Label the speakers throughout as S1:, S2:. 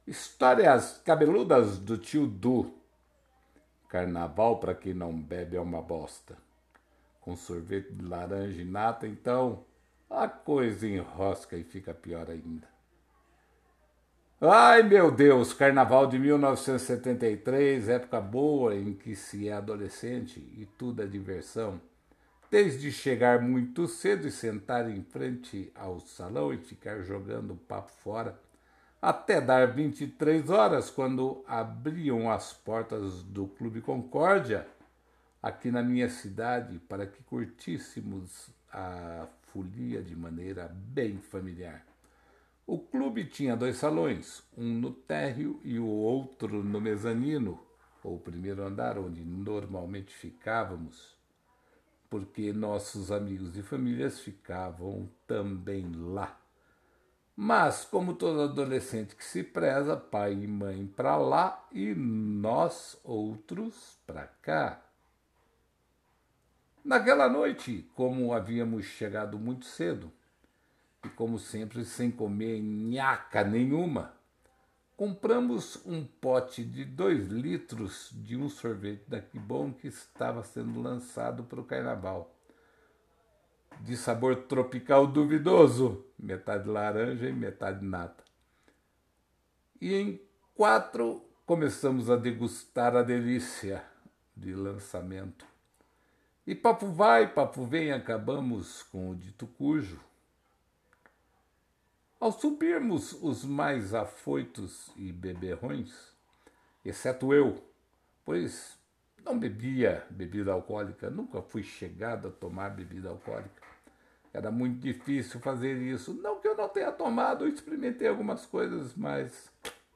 S1: Histórias cabeludas do tio Du. Carnaval, para quem não bebe, é uma bosta. Com sorvete de laranja e nata, então a coisa enrosca e fica pior ainda. Ai meu Deus, Carnaval de 1973, época boa em que se é adolescente e tudo é diversão. Desde chegar muito cedo e sentar em frente ao salão e ficar jogando papo fora, até dar 23 horas, quando abriam as portas do Clube Concórdia, aqui na minha cidade, para que curtíssemos a folia de maneira bem familiar. O clube tinha dois salões, um no térreo e o outro no mezanino, ou primeiro andar, onde normalmente ficávamos, porque nossos amigos e famílias ficavam também lá. Mas, como todo adolescente que se preza, pai e mãe para lá e nós outros para cá. Naquela noite, como havíamos chegado muito cedo, e como sempre sem comer nhaca nenhuma, compramos um pote de 2 litros de um sorvete daqui bom que estava sendo lançado para o carnaval. De sabor tropical duvidoso, metade laranja e metade nata. E em 4 começamos a degustar a delícia de lançamento. E papo vai, papo vem, acabamos com o dito cujo. Ao subirmos, os mais afoitos e beberrões, exceto eu, pois não bebia bebida alcoólica, nunca fui chegado a tomar bebida alcoólica. Era muito difícil fazer isso. Não que eu não tenha tomado, eu experimentei algumas coisas, mas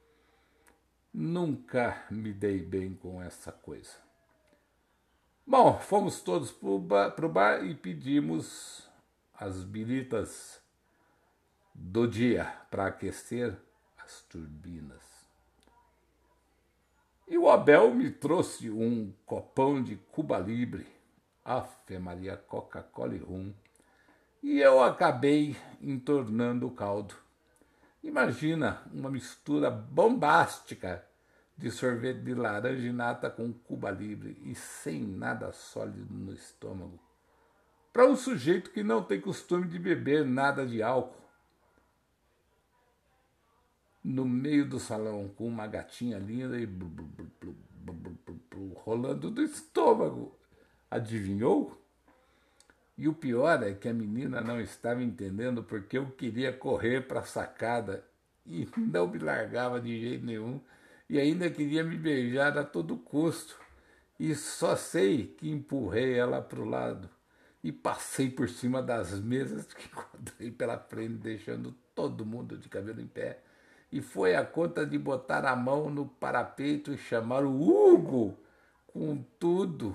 S1: nunca me dei bem com essa coisa. Bom, fomos todos pro bar e pedimos as biritas do dia para aquecer as turbinas. E o Abel me trouxe um copão de Cuba Libre, Ave Maria, Coca-Cola e rum, e eu acabei entornando o caldo. Imagina uma mistura bombástica de sorvete de laranja e nata com Cuba Libre e sem nada sólido no estômago. Para um sujeito que não tem costume de beber nada de álcool. No meio do salão, com uma gatinha linda e rolando do estômago. Adivinhou? E o pior é que a menina não estava entendendo porque eu queria correr para a sacada e não me largava de jeito nenhum e ainda queria me beijar a todo custo. E só sei que empurrei ela para o lado e passei por cima das mesas que encontrei pela frente, deixando todo mundo de cabelo em pé. E foi a conta de botar a mão no parapeito e chamar o Hugo com tudo.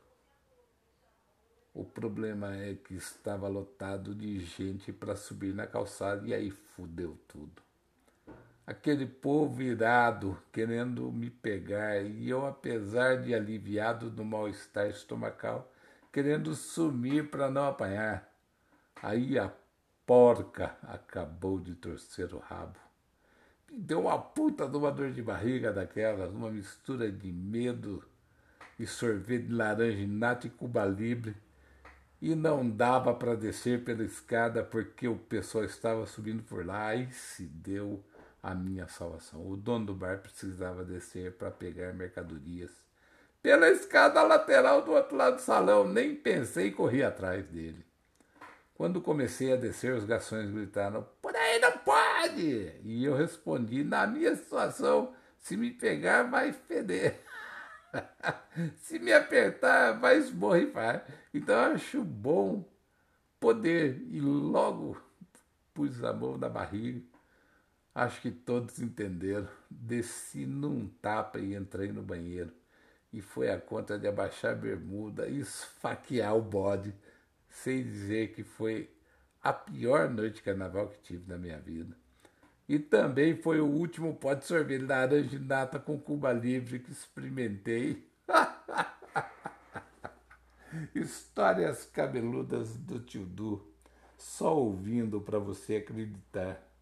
S1: O problema é que estava lotado de gente para subir na calçada e aí fudeu tudo. Aquele povo irado querendo me pegar e eu, apesar de aliviado do mal-estar estomacal, querendo sumir para não apanhar. Aí a porca acabou de torcer o rabo. Me deu uma puta de uma dor de barriga daquelas, uma mistura de medo e sorvete de laranja e nata e Cuba Libre. E não dava para descer pela escada porque o pessoal estava subindo por lá. Aí se deu a minha salvação. O dono do bar precisava descer para pegar mercadorias pela escada lateral do outro lado do salão. Nem pensei e corri atrás dele. Quando comecei a descer, os garçons gritaram: "Por aí não pode!" E eu respondi: "Na minha situação, se me pegar, vai feder." Se me apertar, vai esborrifar. Então eu acho bom poder. E logo pus a mão na barriga. Acho que todos entenderam. Desci num tapa e entrei no banheiro. E foi a conta de abaixar a bermuda e esfaquear o bode. Sem dizer que foi a pior noite de carnaval que tive na minha vida. E também foi o último pote de sorvete de laranja e nata com Cuba Libre que experimentei. Histórias cabeludas do tio Du. Só ouvindo para você acreditar.